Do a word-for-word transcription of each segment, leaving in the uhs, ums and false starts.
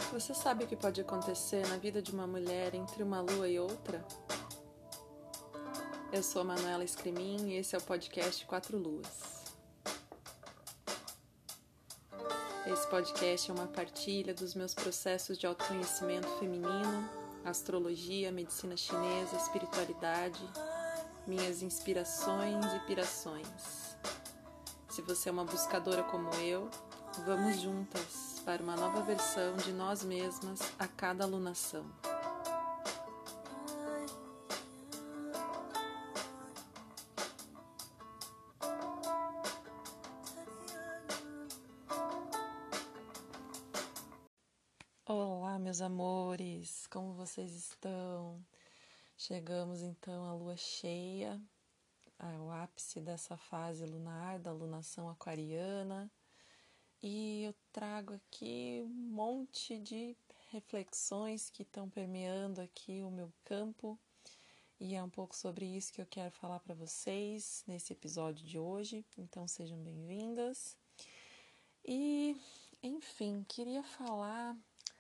Você sabe o que pode acontecer na vida de uma mulher entre uma lua e outra? Eu sou a Manuela Escremin e esse é o podcast Quatro Luas. Esse podcast é uma partilha dos meus processos de autoconhecimento feminino, astrologia, medicina chinesa, espiritualidade, minhas inspirações e pirações. Se você é uma buscadora como eu, vamos juntas para uma nova versão de nós mesmas a cada alunação. Olá, meus amores, como vocês estão? Chegamos então à lua cheia, ao ápice dessa fase lunar, da lunação aquariana, e eu trago aqui um monte de reflexões que estão permeando aqui o meu campo, e é um pouco sobre isso que eu quero falar para vocês nesse episódio de hoje, então sejam bem-vindas. E, enfim, queria falar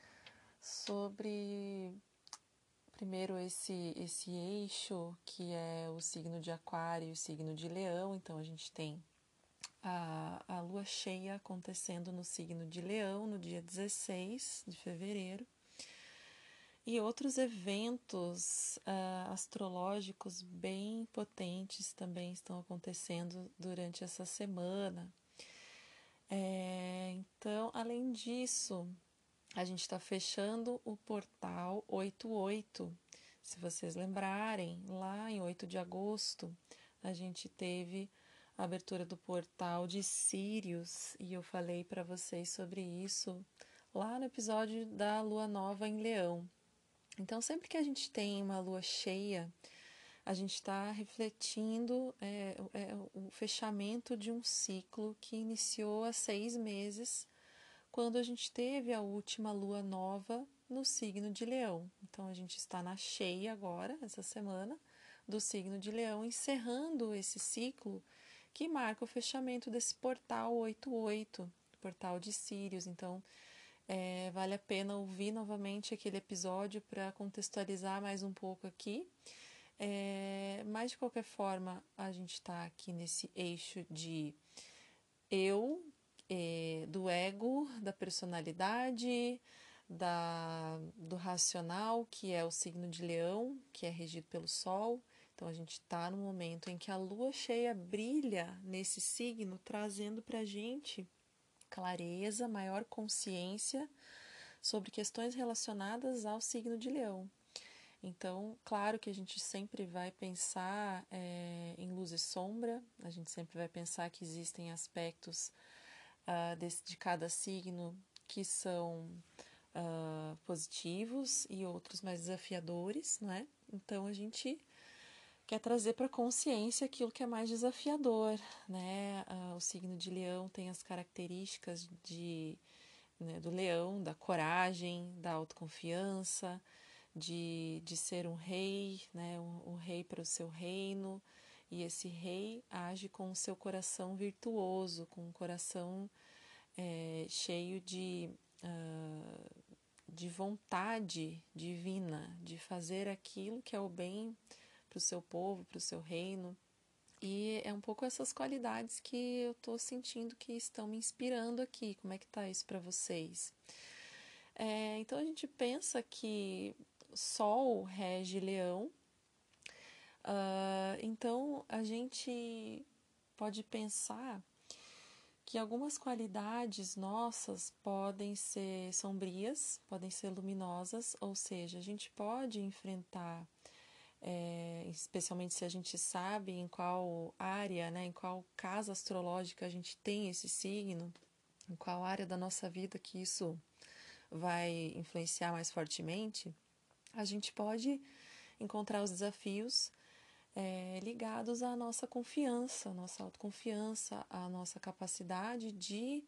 sobre primeiro esse, esse eixo que é o signo de Aquário e o signo de Leão. Então a gente tem a, a lua cheia acontecendo no signo de Leão no dia dezesseis de fevereiro e outros eventos uh, astrológicos bem potentes também estão acontecendo durante essa semana. É, então, além disso, a gente está fechando o portal oitenta e oito. Se vocês lembrarem, lá em oito de agosto, a gente teve a abertura do portal de Sírius e eu falei para vocês sobre isso lá no episódio da Lua Nova em Leão. Então, sempre que a gente tem uma lua cheia, a gente está refletindo é, é, o fechamento de um ciclo que iniciou há seis meses, quando a gente teve a última lua nova no signo de Leão. Então, a gente está na cheia agora, essa semana, do signo de Leão, encerrando esse ciclo que marca o fechamento desse portal oitenta e oito, portal de Sírius. Então, é, vale a pena ouvir novamente aquele episódio para contextualizar mais um pouco aqui. É, mas, de qualquer forma, a gente está aqui nesse eixo de eu, é, do ego, da personalidade, da, do racional, que é o signo de Leão, que é regido pelo Sol. Então, a gente está no momento em que a lua cheia brilha nesse signo, trazendo para a gente clareza, maior consciência sobre questões relacionadas ao signo de Leão. Então, claro que a gente sempre vai pensar é, em luz e sombra, a gente sempre vai pensar que existem aspectos uh, desse, de cada signo que são uh, positivos e outros mais desafiadores, não é? Então, a gente quer trazer para a consciência aquilo que é mais desafiador, né? Uh, o signo de Leão tem as características de, né, do leão, da coragem, da autoconfiança, De, de ser um rei, né, um, um rei para o seu reino, e esse rei age com o seu coração virtuoso, com um coração é, cheio de, uh, de vontade divina, de fazer aquilo que é o bem para o seu povo, para o seu reino. E é um pouco essas qualidades que eu estou sentindo que estão me inspirando aqui. Como é que está isso para vocês? É, então a gente pensa que Sol rege Leão, uh, então a gente pode pensar que algumas qualidades nossas podem ser sombrias, podem ser luminosas, ou seja, a gente pode enfrentar, é, especialmente se a gente sabe em qual área, né, em qual casa astrológica a gente tem esse signo, em qual área da nossa vida que isso vai influenciar mais fortemente, a gente pode encontrar os desafios é, ligados à nossa confiança, à nossa autoconfiança, à nossa capacidade de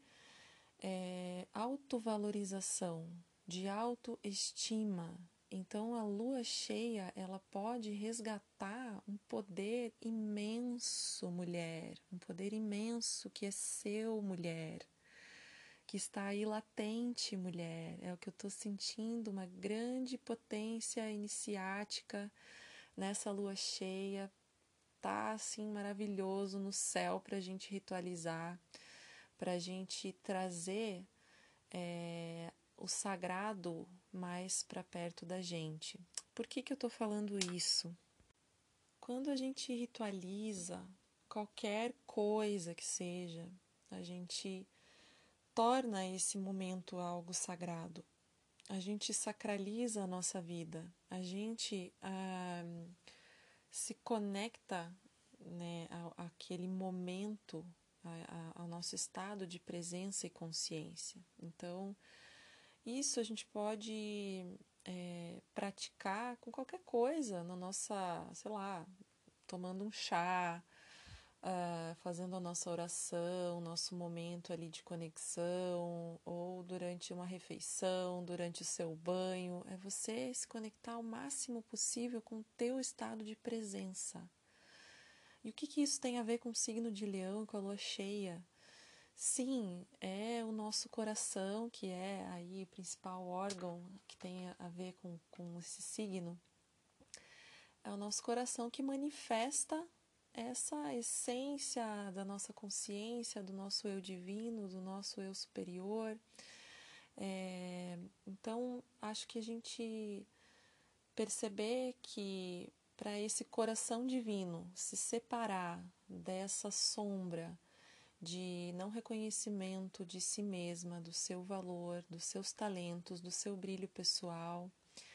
é, autovalorização, de autoestima. Então, a lua cheia, ela pode resgatar um poder imenso, mulher, um poder imenso que é seu, mulher, que está aí latente, mulher. É o que eu estou sentindo, uma grande potência iniciática nessa lua cheia. Tá assim maravilhoso no céu para a gente ritualizar, para a gente trazer é, o sagrado mais para perto da gente. Por que que eu estou falando isso? Quando a gente ritualiza qualquer coisa que seja, a gente torna esse momento algo sagrado. A gente sacraliza a nossa vida, a gente ah, se conecta, né, a, àquele momento, a, a, ao nosso estado de presença e consciência. Então, isso a gente pode é, praticar com qualquer coisa, na nossa, sei lá, tomando um chá, Uh, fazendo a nossa oração, nosso momento ali de conexão, ou durante uma refeição, durante o seu banho, é você se conectar o máximo possível com o teu estado de presença. E o que, que isso tem a ver com o signo de Leão, com a lua cheia? Sim, é o nosso coração, que é aí o principal órgão que tem a ver com, com esse signo. É o nosso coração que manifesta essa essência da nossa consciência, do nosso eu divino, do nosso eu superior. É, então, acho que a gente perceber que para esse coração divino se separar dessa sombra de não reconhecimento de si mesma, do seu valor, dos seus talentos, do seu brilho pessoal,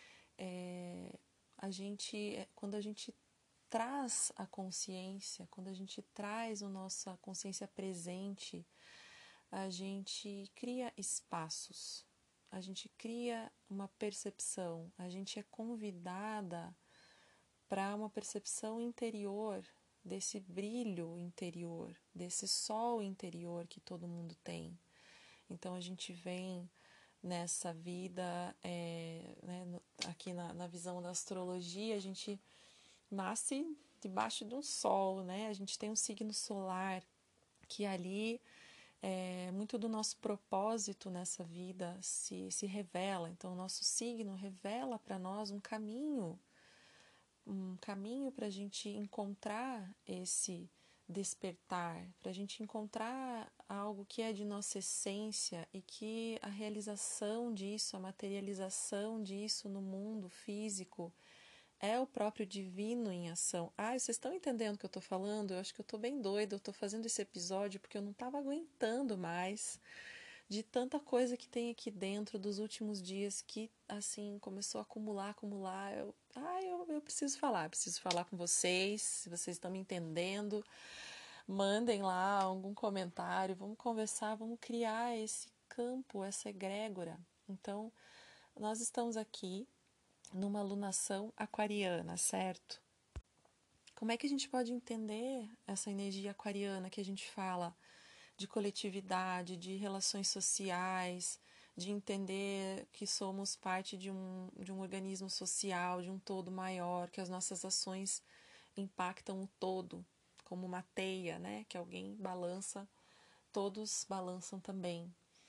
é, a gente, quando a gente traz a consciência, quando a gente traz a nossa consciência presente, a gente cria espaços, a gente cria uma percepção, a gente é convidada para uma percepção interior, desse brilho interior, desse sol interior que todo mundo tem. Então a gente vem nessa vida, é, né, aqui na, na visão da astrologia, a gente nasce debaixo de um sol, né? A gente tem um signo solar que ali é, muito do nosso propósito nessa vida se, se revela. Então, o nosso signo revela para nós um caminho, um caminho para a gente encontrar esse despertar, para a gente encontrar algo que é de nossa essência e que a realização disso, a materialização disso no mundo físico é o próprio divino em ação. Ah, vocês estão entendendo o que eu estou falando? Eu acho que eu estou bem doida, eu estou fazendo esse episódio porque eu não estava aguentando mais de tanta coisa que tem aqui dentro dos últimos dias que, assim, começou a acumular, acumular. Eu, ah, eu, eu preciso falar, preciso falar com vocês, se vocês estão me entendendo. Mandem lá algum comentário, vamos conversar, vamos criar esse campo, essa egrégora. Então, nós estamos aqui numa alunação aquariana, certo? Como é que a gente pode entender essa energia aquariana que a gente fala de coletividade, de relações sociais, de entender que somos parte de um, de um organismo social, de um todo maior, que as nossas ações impactam o todo, como uma teia, né? Que alguém balança, todos balançam também.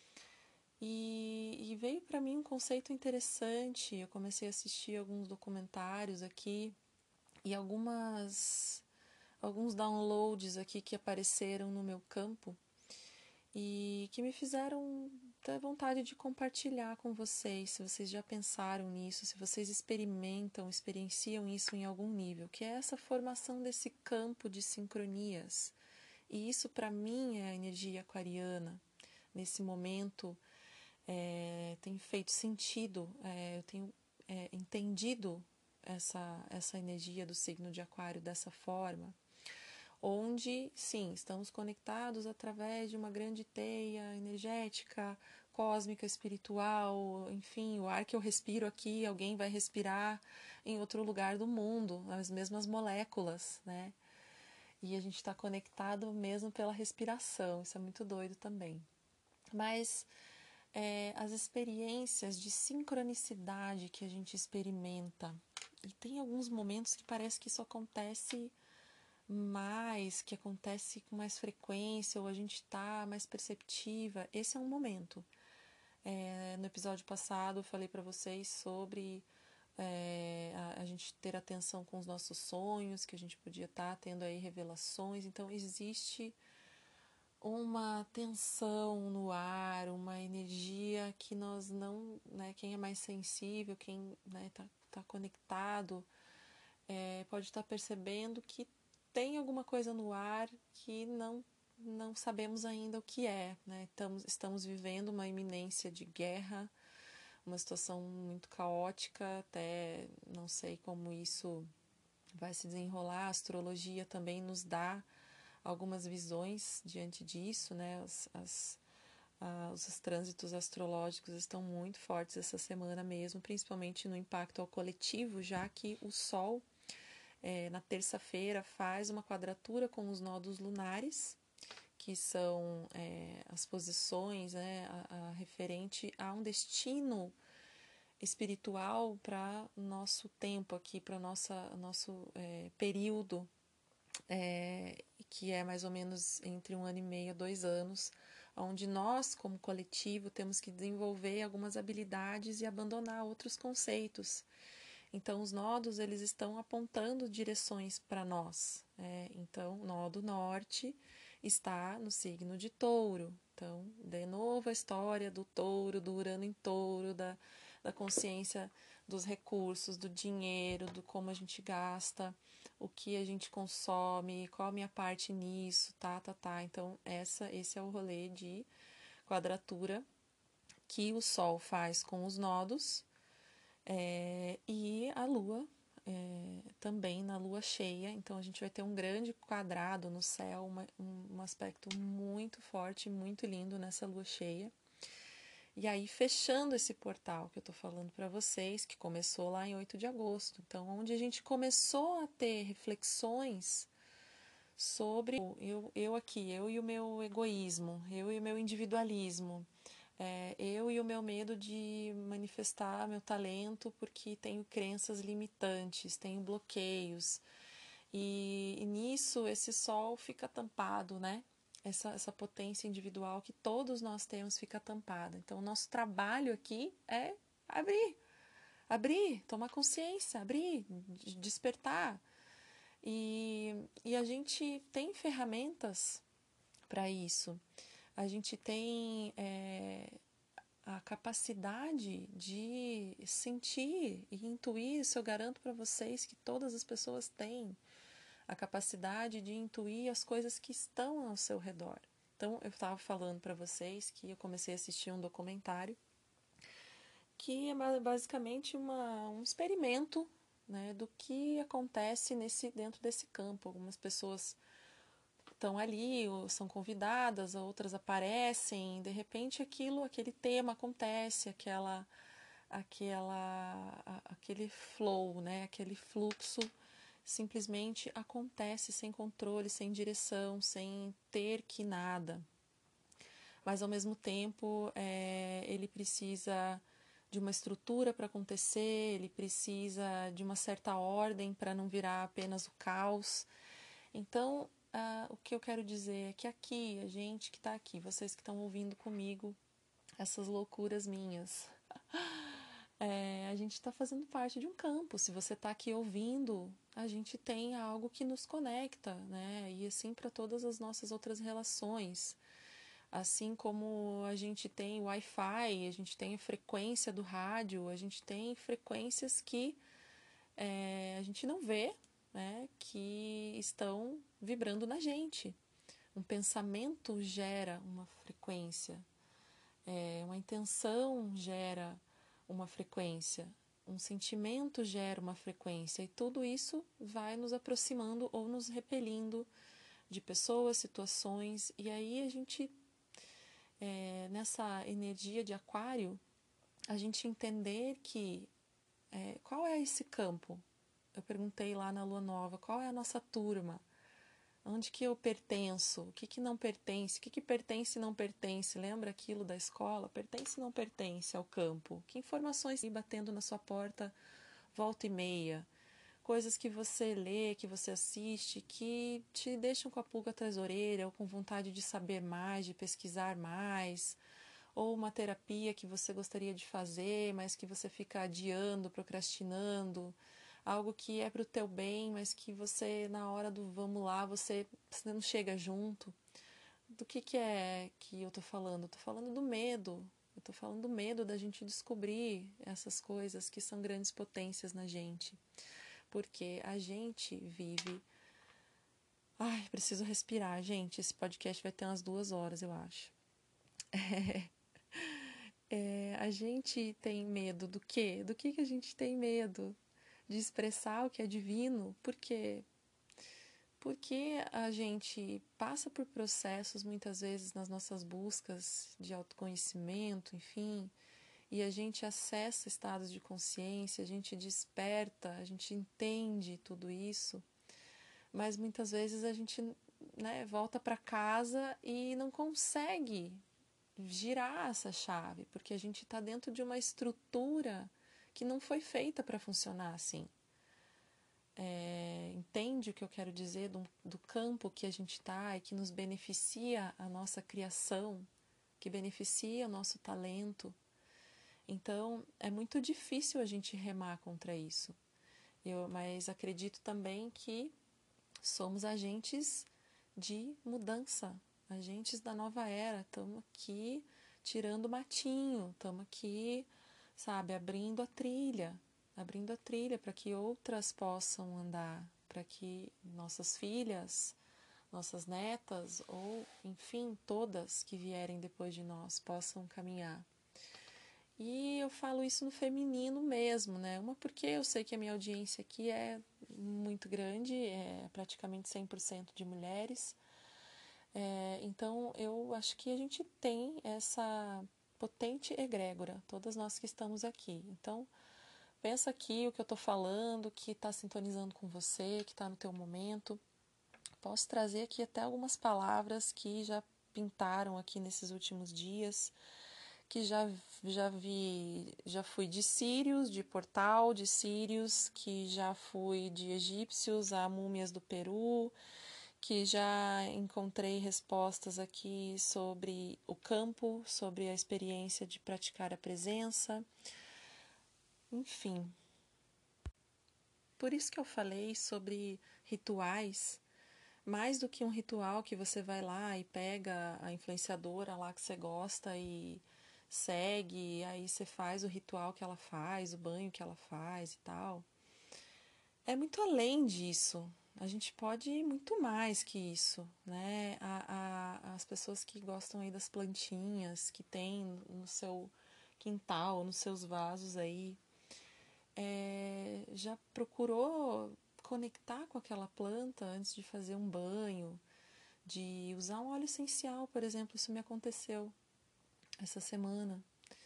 E, e veio para mim um conceito interessante. Eu comecei a assistir alguns documentários aqui e algumas alguns downloads aqui que apareceram no meu campo e que me fizeram ter vontade de compartilhar com vocês, se vocês já pensaram nisso, se vocês experimentam, experienciam isso em algum nível, que é essa formação desse campo de sincronias. E isso para mim é a energia aquariana. Nesse momento é, tem feito sentido, é, eu tenho é, entendido essa, essa energia do signo de aquário dessa forma, onde, sim, estamos conectados através de uma grande teia energética, cósmica, espiritual, enfim, o ar que eu respiro aqui, alguém vai respirar em outro lugar do mundo, as mesmas moléculas, né? E a gente está conectado mesmo pela respiração, isso é muito doido também. Mas é, as experiências de sincronicidade que a gente experimenta, e tem alguns momentos que parece que isso acontece mais, que acontece com mais frequência, ou a gente está mais perceptiva, esse é um momento. É, no episódio passado eu falei para vocês sobre é, a, a gente ter atenção com os nossos sonhos, que a gente podia estar tá tendo aí revelações. Então existe uma tensão no ar, uma energia que nós não, né, quem é mais sensível, quem está né, tá, tá conectado, é, pode estar tá percebendo que tem alguma coisa no ar que não, não sabemos ainda o que é. Né? Estamos, estamos vivendo uma iminência de guerra, uma situação muito caótica, até não sei como isso vai se desenrolar. A astrologia também nos dá algumas visões diante disso, né? As, as, ah, os trânsitos astrológicos estão muito fortes essa semana mesmo, principalmente no impacto ao coletivo, já que o Sol, é, na terça-feira, faz uma quadratura com os nodos lunares, que são é, as posições, né, a, a referente a um destino espiritual para nosso tempo aqui, para nossa nosso é, período, é, que é mais ou menos entre um ano e meio a dois anos, onde nós, como coletivo, temos que desenvolver algumas habilidades e abandonar outros conceitos. Então, os nodos eles estão apontando direções para nós. É, então, o nodo norte está no signo de Touro. Então, de novo a história do touro, do Urano em Touro, da, da consciência dos recursos, do dinheiro, do como a gente gasta, o que a gente consome, qual a minha parte nisso, tá, tá, tá. Então, essa, esse é o rolê de quadratura que o Sol faz com os nodos, é, e a Lua é, também na Lua cheia. Então, a gente vai ter um grande quadrado no céu, uma, um, um aspecto muito forte, muito lindo nessa Lua cheia. E aí, fechando esse portal que eu tô falando para vocês, que começou lá em oito de agosto. Então, onde a gente começou a ter reflexões sobre eu, eu aqui, eu e o meu egoísmo, eu e o meu individualismo, é, eu e o meu medo de manifestar meu talento porque tenho crenças limitantes, tenho bloqueios. E, e nisso esse sol fica tampado, né? Essa, essa potência individual que todos nós temos fica tampada. Então, o nosso trabalho aqui é abrir, abrir, tomar consciência, abrir, despertar. E, e a gente tem ferramentas para isso. A gente tem é, a capacidade de sentir e intuir. Isso eu garanto para vocês que todas as pessoas têm a capacidade de intuir as coisas que estão ao seu redor. Então, eu estava falando para vocês que eu comecei a assistir um documentário que é basicamente uma, um experimento, né, do que acontece nesse, dentro desse campo. Algumas pessoas estão ali, ou são convidadas, outras aparecem, de repente aquilo, aquele tema acontece, aquela, aquela, aquele flow, né, aquele fluxo simplesmente acontece sem controle, sem direção, sem ter que nada. Mas ao mesmo tempo é, ele precisa de uma estrutura para acontecer, ele precisa de uma certa ordem para não virar apenas o caos. Então, ah, o que eu quero dizer é que aqui, a gente que está aqui, vocês que estão ouvindo comigo essas loucuras minhas, é, a gente está fazendo parte de um campo. Se você está aqui ouvindo, a gente tem algo que nos conecta, né? E assim para todas as nossas outras relações. Assim como a gente tem Wi-Fi, a gente tem a frequência do rádio, a gente tem frequências que é, a gente não vê, né? Que estão vibrando na gente. Um pensamento gera uma frequência, é, uma intenção gera uma frequência, um sentimento gera uma frequência, e tudo isso vai nos aproximando ou nos repelindo de pessoas, situações. E aí a gente, é, nessa energia de aquário, a gente entender que é, qual é esse campo? Eu perguntei lá na Lua Nova, qual é a nossa turma? Onde que eu pertenço? O que que não pertence? O que que pertence e não pertence? Lembra aquilo da escola? Pertence e não pertence ao campo? Que informações estão batendo na sua porta volta e meia? coisas que você lê, que você assiste, que te deixam com a pulga atrás da orelha, ou com vontade de saber mais, de pesquisar mais, ou uma terapia que você gostaria de fazer, mas que você fica adiando, procrastinando, algo que é para o teu bem, mas que você, na hora do vamos lá, você, você não chega junto. Do que, que é que eu tô falando? Eu tô falando do medo. Eu tô falando do medo da gente descobrir essas coisas que são grandes potências na gente. Porque a gente vive... Ai, preciso respirar, gente. Esse podcast vai ter umas duas horas, eu acho. É, é, a gente tem medo do quê? Do que, que a gente tem medo? De expressar o que é divino? Por quê? Porque a gente passa por processos, muitas vezes, nas nossas buscas de autoconhecimento, enfim, e a gente acessa estados de consciência, a gente desperta, a gente entende tudo isso, mas muitas vezes a gente, né, volta para casa e não consegue girar essa chave, porque a gente está dentro de uma estrutura que não foi feita para funcionar assim. É, entende o que eu quero dizer do, do campo que a gente está e que nos beneficia a nossa criação, que beneficia o nosso talento. Então, é muito difícil a gente remar contra isso. Eu, mas acredito também que somos agentes de mudança, agentes da nova era. Estamos aqui tirando o matinho, estamos aqui, sabe, abrindo a trilha, abrindo a trilha para que outras possam andar, para que nossas filhas, nossas netas ou, enfim, todas que vierem depois de nós possam caminhar. E eu falo isso no feminino mesmo, né? Uma porque eu sei que a minha audiência aqui é muito grande, é praticamente cem por cento de mulheres. É, então, eu acho que a gente tem essa potente egrégora, todas nós que estamos aqui. Então, pensa aqui o que eu estou falando, que está sintonizando com você, que está no teu momento. Posso trazer aqui até algumas palavras que já pintaram aqui nesses últimos dias, que já, já vi, já fui de sírios, de portal de sírios, que já fui de egípcios a múmias do Peru, que já encontrei respostas aqui sobre o campo, sobre a experiência de praticar a presença, enfim. Por isso que eu falei sobre rituais, mais do que um ritual que você vai lá e pega a influenciadora lá que você gosta e segue, e aí você faz o ritual que ela faz, o banho que ela faz e tal. É muito além disso. A gente pode ir muito mais que isso, né? A, a, as pessoas que gostam aí das plantinhas, que tem no seu quintal, nos seus vasos aí, é, já procurou conectar com aquela planta antes de fazer um banho, de usar um óleo essencial, por exemplo. Isso me aconteceu essa semana,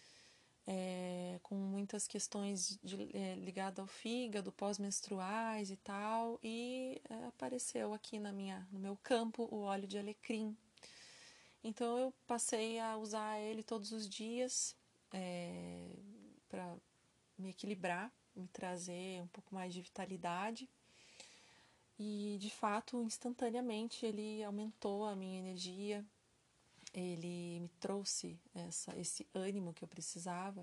é, com muitas questões de, é, ligadas ao fígado, pós-menstruais e tal, e é, apareceu aqui na minha, no meu campo o óleo de alecrim. Então eu passei a usar ele todos os dias, é, para me equilibrar, me trazer um pouco mais de vitalidade. E de fato, instantaneamente, ele aumentou a minha energia, ele me trouxe essa, esse ânimo que eu precisava.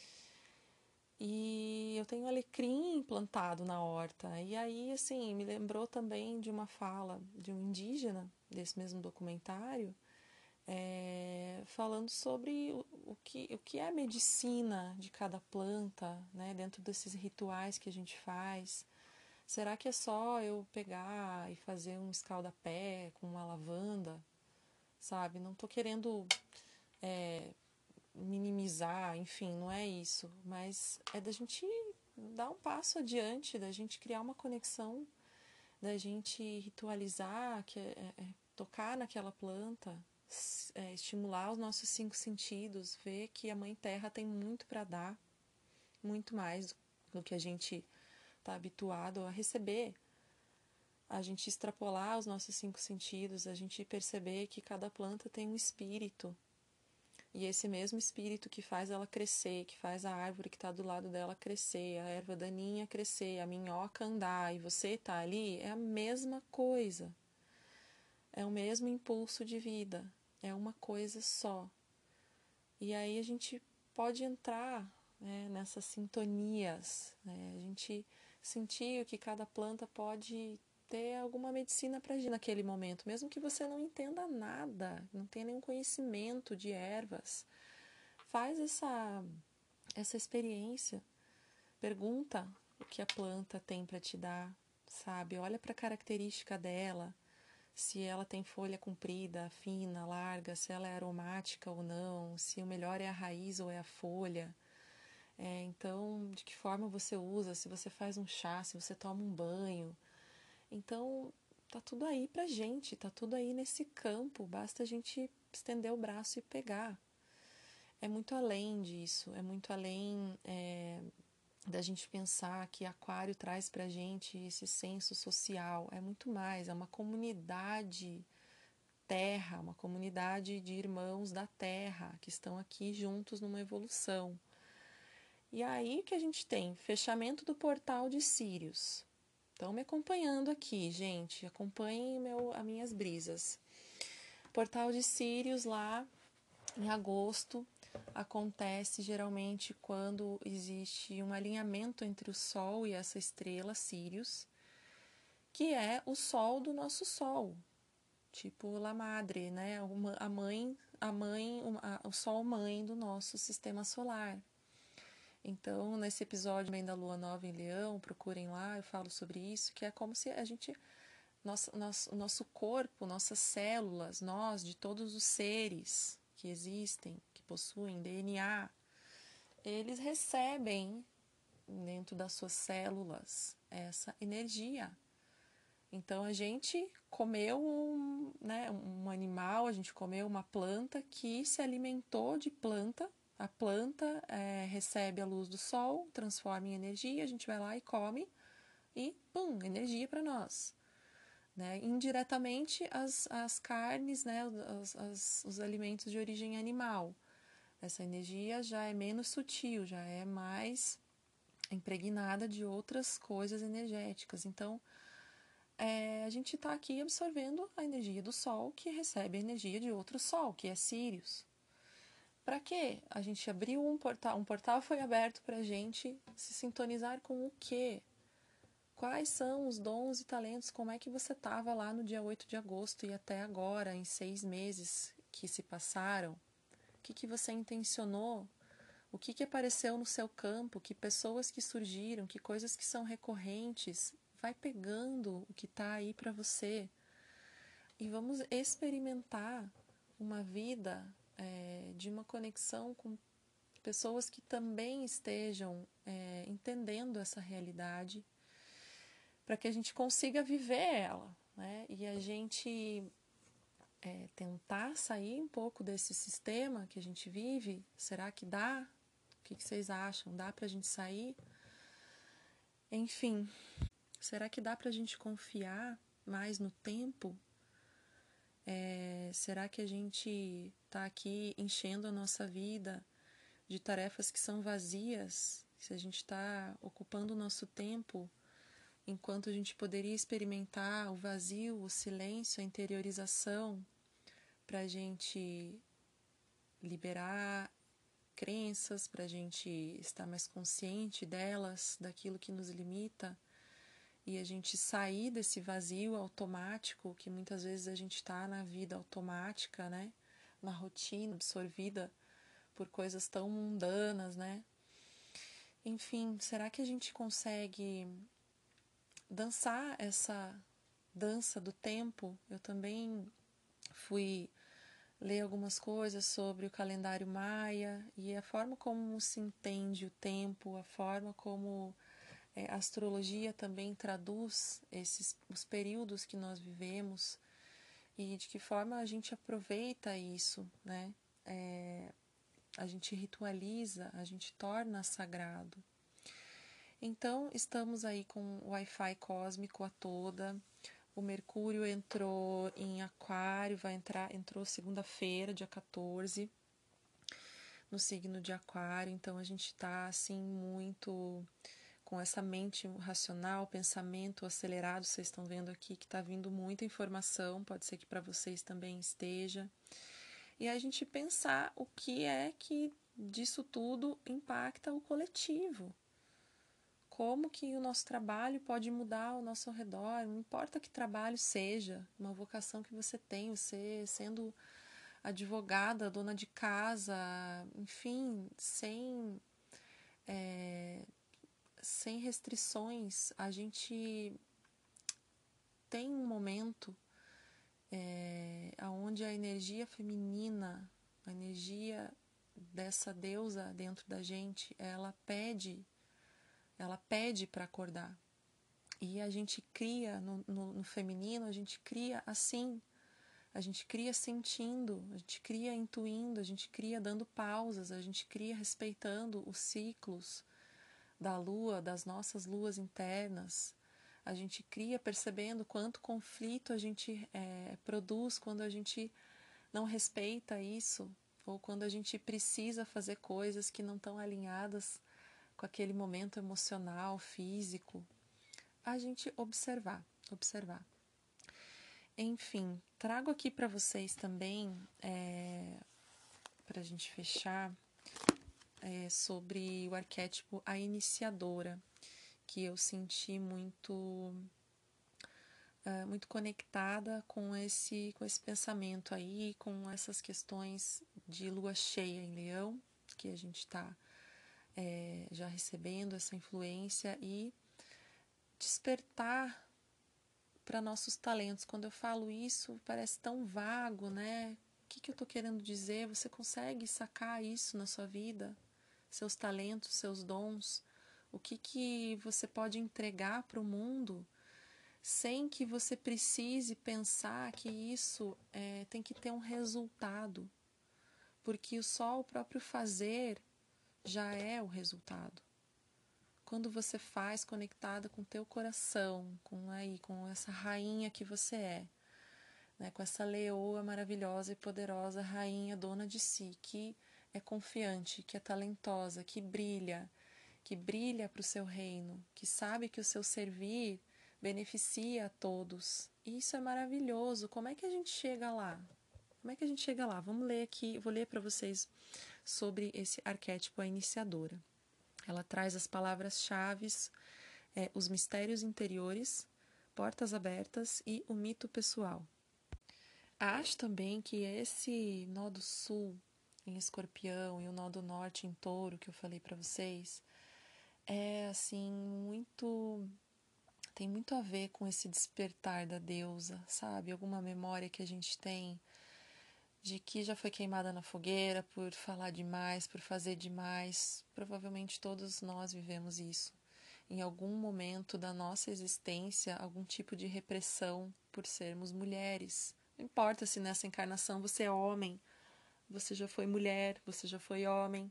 E eu tenho alecrim plantado na horta. E aí, assim, me lembrou também de uma fala de um indígena, desse mesmo documentário, é, falando sobre o, o, que, o que é a medicina de cada planta, né, dentro desses rituais que a gente faz. Será que é só eu pegar e fazer um escaldapé com uma lavanda, sabe? Não estou querendo é, minimizar, enfim, não é isso. Mas é da gente dar um passo adiante, da gente criar uma conexão, da gente ritualizar, que é, é, tocar naquela planta, é, estimular os nossos cinco sentidos, ver que a Mãe Terra tem muito para dar, muito mais do que a gente está habituado a receber. A gente extrapolar os nossos cinco sentidos, a gente perceber que cada planta tem um espírito. E esse mesmo espírito que faz ela crescer, que faz a árvore que está do lado dela crescer, a erva daninha crescer, a minhoca andar e você está ali, é a mesma coisa. É o mesmo impulso de vida. É uma coisa só. E aí a gente pode entrar, né, nessas sintonias, né? A gente sentir que cada planta pode ter alguma medicina para agir naquele momento, mesmo que você não entenda nada, não tenha nenhum conhecimento de ervas. Faz essa, essa experiência, pergunta o que a planta tem para te dar, sabe? Olha para a característica dela, se ela tem folha comprida, fina, larga, se ela é aromática ou não, se o melhor é a raiz ou é a folha. É, então, de que forma você usa, se você faz um chá, se você toma um banho. Então, tá tudo aí pra gente, tá tudo aí nesse campo, basta a gente estender o braço e pegar. É muito além disso, é muito além é, da gente pensar que Aquário traz pra gente esse senso social, é muito mais, é uma comunidade terra, uma comunidade de irmãos da terra que estão aqui juntos numa evolução. E aí que a gente tem fechamento do portal de Sírius. Estão me acompanhando aqui, gente. Acompanhem meu, as minhas brisas. Portal de Sírius lá em agosto acontece geralmente quando existe um alinhamento entre o Sol e essa estrela Sírius, que é o Sol do nosso Sol, tipo La Madre, né? A mãe, a mãe, o Sol mãe do nosso sistema solar. Então, nesse episódio também da Lua Nova em Leão, procurem lá, eu falo sobre isso, que é como se a gente, nosso, nosso, nosso corpo, nossas células, nós, de todos os seres que existem, que possuem D N A, eles recebem dentro das suas células essa energia. Então, a gente comeu um, né, um animal, a gente comeu uma planta que se alimentou de planta. A planta é, recebe a luz do sol, transforma em energia, a gente vai lá e come e, pum, energia para nós. Né? Indiretamente, as, as carnes, né, as, as, os alimentos de origem animal. Essa energia já é menos sutil, já é mais impregnada de outras coisas energéticas. Então, é, a gente está aqui absorvendo a energia do Sol, que recebe a energia de outro Sol, que é Sírius. Para quê? A gente abriu um portal, um portal foi aberto para a gente se sintonizar com o quê? Quais são os dons e talentos? Como é que você estava lá no dia oito de agosto e até agora, em seis meses que se passaram? O que, que você intencionou? O que, que apareceu no seu campo? Que pessoas que surgiram? Que coisas que são recorrentes? Vai pegando o que está aí para você e vamos experimentar uma vida é, de uma conexão com pessoas que também estejam é, entendendo essa realidade, para que a gente consiga viver ela, né? E a gente é, tentar sair um pouco desse sistema que a gente vive. Será que dá? O que, que vocês acham? Dá para a gente sair? Enfim, será que dá para a gente confiar mais no tempo? É, será que a gente está aqui enchendo a nossa vida de tarefas que são vazias? Se a gente está ocupando o nosso tempo enquanto a gente poderia experimentar o vazio, o silêncio, a interiorização, para a gente liberar crenças, para a gente estar mais consciente delas, daquilo que nos limita, e a gente sair desse vazio automático que muitas vezes a gente está na vida automática, né? Na rotina, absorvida por coisas tão mundanas, né? Enfim, será que a gente consegue dançar essa dança do tempo? Eu também fui ler algumas coisas sobre o calendário maia e a forma como se entende o tempo, a forma como é, a astrologia também traduz esses, os períodos que nós vivemos e de que forma a gente aproveita isso, né? É, a gente ritualiza, a gente torna sagrado. Então, estamos aí com o Wi-Fi cósmico a toda. O Mercúrio entrou em Aquário, vai entrar, entrou segunda-feira, dia quatorze. no signo de Aquário, então a gente está assim muito com essa mente racional, pensamento acelerado, vocês estão vendo aqui que está vindo muita informação, pode ser que para vocês também esteja. E a gente pensar o que é que disso tudo impacta o coletivo. Como que o nosso trabalho pode mudar ao nosso redor, não importa que trabalho seja, uma vocação que você tem, você sendo advogada, dona de casa, enfim, sem... É, sem restrições, a gente tem um momento é, onde a energia feminina, a energia dessa deusa dentro da gente, ela pede, ela pede para acordar. E a gente cria no, no, no feminino, a gente cria assim, a gente cria sentindo, a gente cria intuindo, a gente cria dando pausas, a gente cria respeitando os ciclos da lua, das nossas luas internas. A gente cria percebendo quanto conflito a gente é, produz quando a gente não respeita isso, ou quando a gente precisa fazer coisas que não estão alinhadas com aquele momento emocional, físico. A gente observar, observar. Enfim, trago aqui para vocês também, é, para a gente fechar, é, sobre o arquétipo a iniciadora, que eu senti muito uh, muito conectada com esse, com esse pensamento aí, com essas questões de lua cheia em Leão, que a gente está é, já recebendo essa influência, e despertar para nossos talentos. Quando eu falo isso, parece tão vago, né? O que, que eu estou querendo dizer? Você consegue sacar isso na sua vida? Seus talentos, seus dons? O que, que você pode entregar para o mundo sem que você precise pensar que isso é, tem que ter um resultado? Porque só o próprio fazer já é o resultado. Quando você faz conectada com o teu coração, com, aí, com essa rainha que você é, né, com essa leoa maravilhosa e poderosa, rainha dona de si, que é confiante, que é talentosa, que brilha, que brilha para o seu reino, que sabe que o seu servir beneficia a todos. E isso é maravilhoso. Como é que a gente chega lá? Como é que a gente chega lá? Vamos ler aqui, vou ler para vocês sobre esse arquétipo, a iniciadora. Ela traz as palavras-chave, é, os mistérios interiores, portas abertas e o mito pessoal. Acho também que esse nó do sul em Escorpião e o nó do norte em Touro, que eu falei para vocês, é assim muito... tem muito a ver com esse despertar da deusa, sabe? Alguma memória que a gente tem de que já foi queimada na fogueira por falar demais, por fazer demais. Provavelmente todos nós vivemos isso. Em algum momento da nossa existência, algum tipo de repressão por sermos mulheres. Não importa se nessa encarnação você é homem, você já foi mulher, você já foi homem.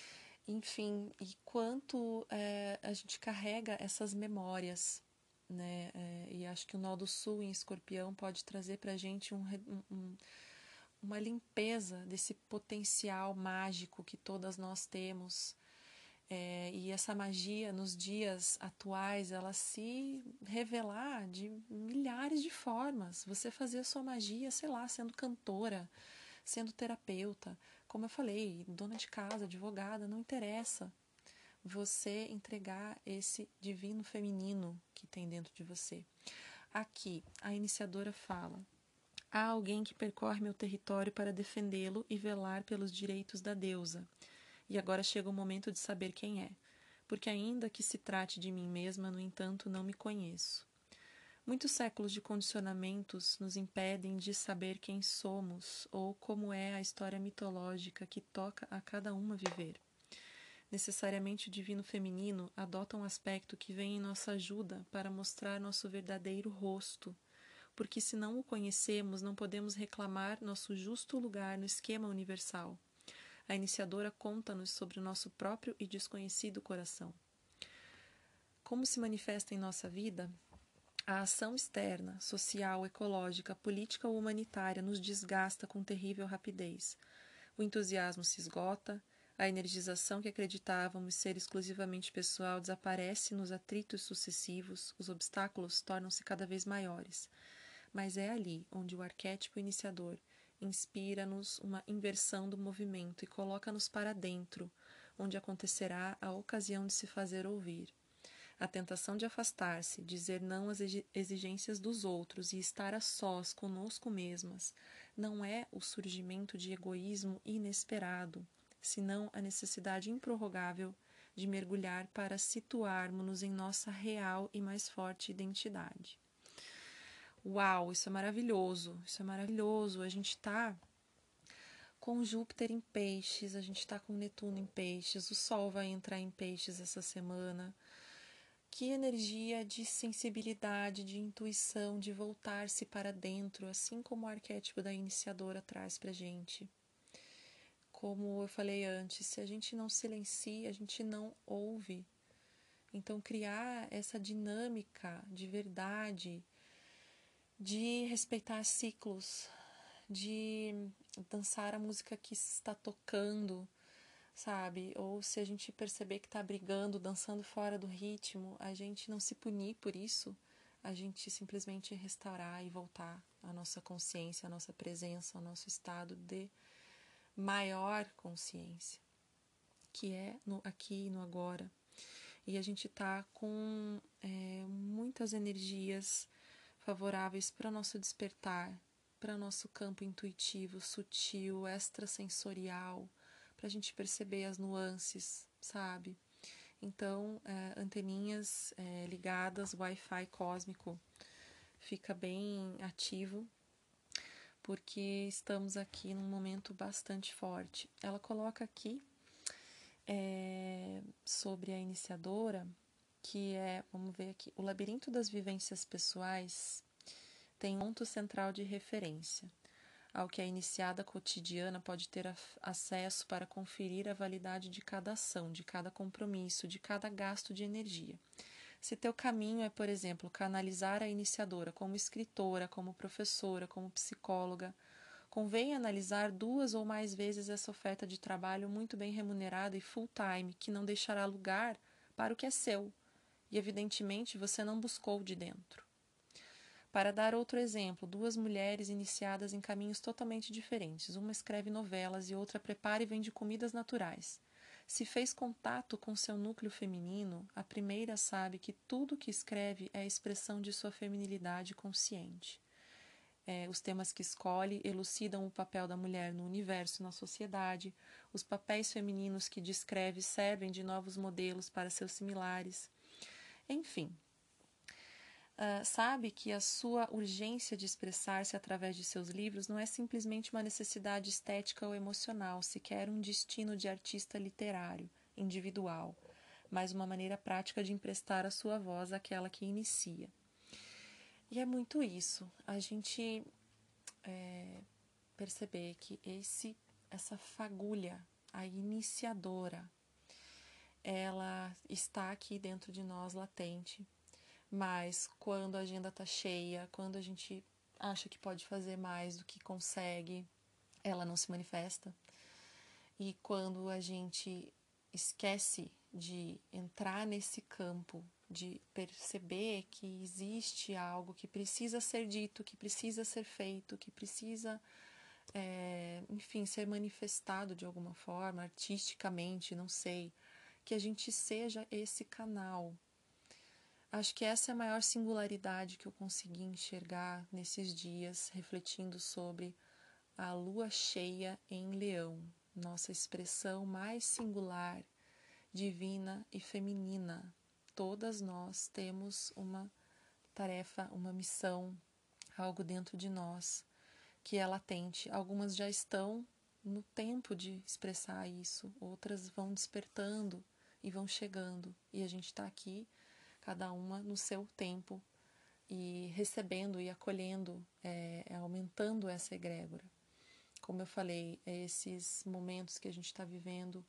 Enfim, e quanto é, a gente carrega essas memórias, né? É, e acho que o nó do sul em Escorpião pode trazer pra gente um, um uma limpeza desse potencial mágico que todas nós temos. É, e essa magia nos dias atuais, ela se revelar de milhares de formas. Você fazer a sua magia, sei lá, sendo cantora, sendo terapeuta, como eu falei, dona de casa, advogada, não interessa. Você entregar esse divino feminino que tem dentro de você. Aqui, a iniciadora fala: há alguém que percorre meu território para defendê-lo e velar pelos direitos da deusa. E agora chega o momento de saber quem é, porque ainda que se trate de mim mesma, no entanto, não me conheço. Muitos séculos de condicionamentos nos impedem de saber quem somos ou como é a história mitológica que toca a cada uma viver. Necessariamente o divino feminino adota um aspecto que vem em nossa ajuda para mostrar nosso verdadeiro rosto, porque se não o conhecemos, não podemos reclamar nosso justo lugar no esquema universal. A iniciadora conta-nos sobre o nosso próprio e desconhecido coração. Como se manifesta em nossa vida? A ação externa, social, ecológica, política ou humanitária nos desgasta com terrível rapidez. O entusiasmo se esgota, A energização que acreditávamos ser exclusivamente pessoal desaparece nos atritos sucessivos, os obstáculos tornam-se cada vez maiores. Mas é ali onde o arquétipo iniciador inspira-nos uma inversão do movimento e coloca-nos para dentro, onde acontecerá a ocasião de se fazer ouvir. A tentação de afastar-se, dizer não às exigências dos outros e estar a sós conosco mesmas, não é o surgimento de egoísmo inesperado, senão a necessidade improrrogável de mergulhar para situarmos-nos em nossa real e mais forte identidade. Uau, isso é maravilhoso, isso é maravilhoso. A gente está com Júpiter em peixes, a gente está com Netuno em peixes, o Sol vai entrar em peixes essa semana. Que energia de sensibilidade, de intuição, de voltar-se para dentro, assim como o arquétipo da iniciadora traz para a gente. Como eu falei antes, se a gente não silencia, a gente não ouve. Então, criar essa dinâmica de verdade, de respeitar ciclos, de dançar a música que está tocando, sabe? Ou se a gente perceber que está brigando, dançando fora do ritmo, a gente não se punir por isso, a gente simplesmente restaurar e voltar à nossa consciência, à nossa presença, ao nosso estado de maior consciência, que é no aqui e no agora. E a gente está com é, muitas energias favoráveis para o nosso despertar, para o nosso campo intuitivo, sutil, extrasensorial, para a gente perceber as nuances, sabe? Então, é, anteninhas é, ligadas, Wi-Fi cósmico fica bem ativo, porque estamos aqui num momento bastante forte. Ela coloca aqui é, sobre a iniciadora, que é, vamos ver aqui, o labirinto das vivências pessoais tem um ponto central de referência, ao que a iniciada cotidiana pode ter acesso para conferir a validade de cada ação, de cada compromisso, de cada gasto de energia. Se teu caminho é, por exemplo, canalizar a iniciadora como escritora, como professora, como psicóloga, convém analisar duas ou mais vezes essa oferta de trabalho muito bem remunerada e full-time, que não deixará lugar para o que é seu, e evidentemente você não buscou de dentro. Para dar outro exemplo, duas mulheres iniciadas em caminhos totalmente diferentes. Uma escreve novelas e outra prepara e vende comidas naturais. Se fez contato com seu núcleo feminino, a primeira sabe que tudo que escreve é a expressão de sua feminilidade consciente. É, os temas que escolhe elucidam o papel da mulher no universo e na sociedade. Os papéis femininos que descreve servem de novos modelos para seus similares. Enfim. Uh, sabe que a sua urgência de expressar-se através de seus livros não é simplesmente uma necessidade estética ou emocional, sequer um destino de artista literário, individual, mas uma maneira prática de emprestar a sua voz àquela que inicia. E é muito isso, a gente é, perceber que esse, essa fagulha, a iniciadora, ela está aqui dentro de nós latente. Mas quando a agenda está cheia, quando a gente acha que pode fazer mais do que consegue, ela não se manifesta. E quando a gente esquece de entrar nesse campo, de perceber que existe algo que precisa ser dito, que precisa ser feito, que precisa, é, enfim, ser manifestado de alguma forma, artisticamente, não sei, que a gente seja esse canal. Acho que essa é a maior singularidade que eu consegui enxergar nesses dias, refletindo sobre a lua cheia em Leão, nossa expressão mais singular, divina e feminina. Todas nós temos uma tarefa, uma missão, algo dentro de nós que é latente. Algumas já estão no tempo de expressar isso, outras vão despertando e vão chegando. E a gente está aqui, cada uma no seu tempo, e recebendo e acolhendo, é, aumentando essa egrégora. Como eu falei, esses momentos que a gente está vivendo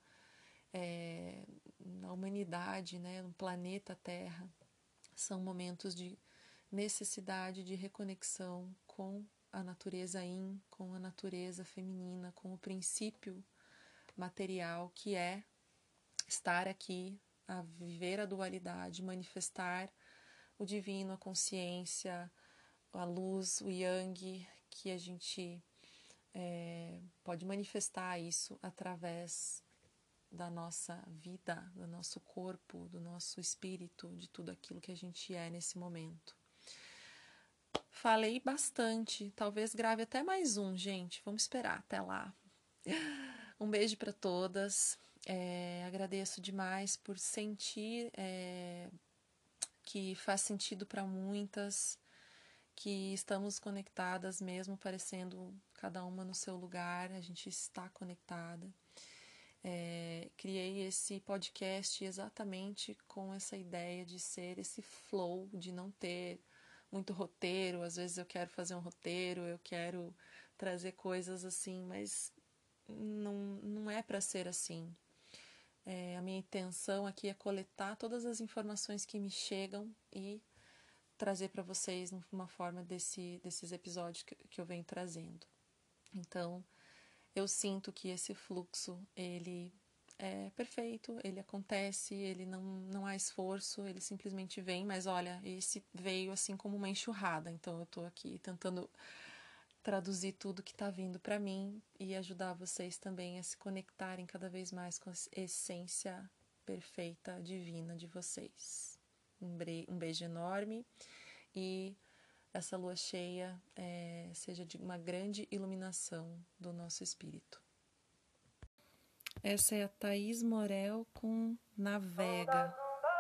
é, na humanidade, né, no planeta Terra, são momentos de necessidade de reconexão com a natureza yin, com a natureza feminina, com o princípio material, que é estar aqui, a viver a dualidade, manifestar o divino, a consciência, a luz, o yang, que a gente é, pode manifestar isso através da nossa vida, do nosso corpo, do nosso espírito, de tudo aquilo que a gente é nesse momento. Falei bastante, talvez grave até mais um, gente. Vamos esperar até lá. Um beijo para todas. É, agradeço demais por sentir é, que faz sentido para muitas, que estamos conectadas mesmo, parecendo cada uma no seu lugar, a gente está conectada. É, criei esse podcast exatamente com essa ideia de ser esse flow, de não ter muito roteiro. Às vezes eu quero fazer um roteiro, eu quero trazer coisas assim, mas não, não é para ser assim. É, a minha intenção aqui é coletar todas as informações que me chegam e trazer para vocês numa forma desse, desses episódios que, que eu venho trazendo. Então, eu sinto que esse fluxo, ele é perfeito, ele acontece, ele não, não há esforço, ele simplesmente vem, mas olha, esse veio assim como uma enxurrada, então eu estou aqui tentando traduzir tudo que está vindo para mim e ajudar vocês também a se conectarem cada vez mais com a essência perfeita, divina de vocês. Um, bre- um beijo enorme e essa lua cheia é, seja de uma grande iluminação do nosso espírito. Essa é a Thaís Morel com Navega.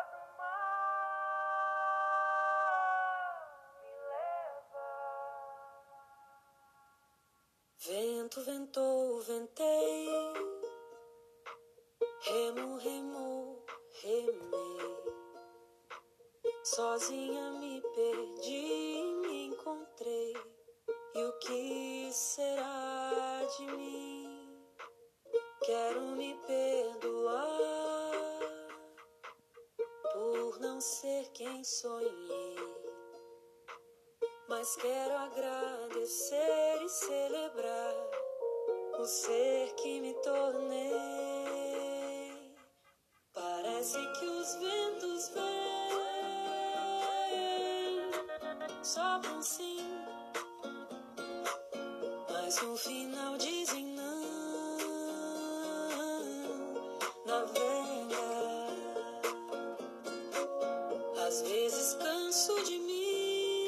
Vento, ventou, ventei, remo, remou, remei, sozinha me perdi, me encontrei, e o que será de mim? Quero me perdoar por não ser quem sonhei, mas quero agradecer e celebrar o ser que me tornei. Parece que os ventos vêm, sopram sim, mas no final dizem não. Navega, às vezes canso de mim,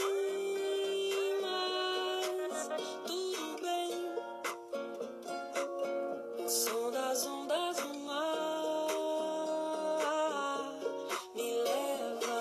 mas tudo bem. O som das ondas do mar me leva.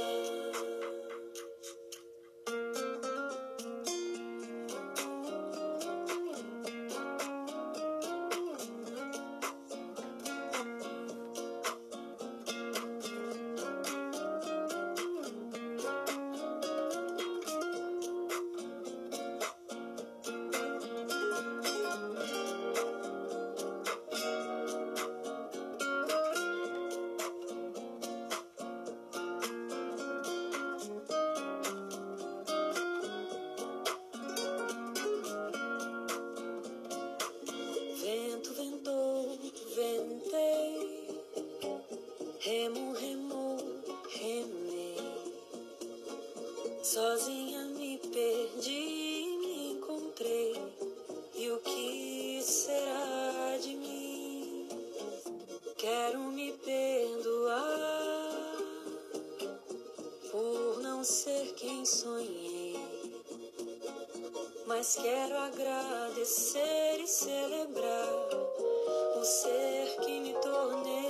Vento, ventou, ventei, remo, remou, remei, sozinha me perdi, me encontrei, e o que será de mim? Quero me perdoar por não ser quem sonhei, mas quero agradecer e celebrar o ser que me tornei.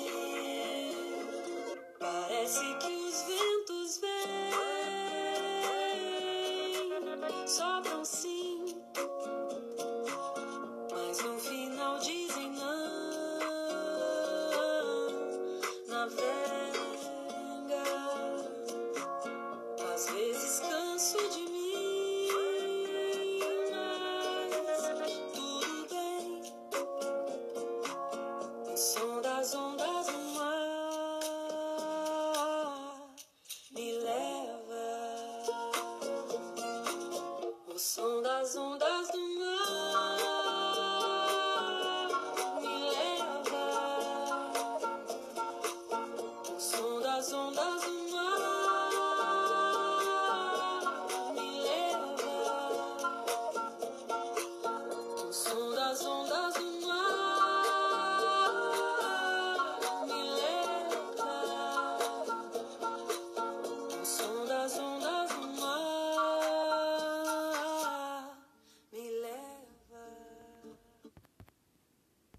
Parece que os ventos vêm, sopram sim, mas no final dizem não. Navega, às vezes canso de mim, mas tudo bem. O som das ondas do mar me leva. O som as ondas do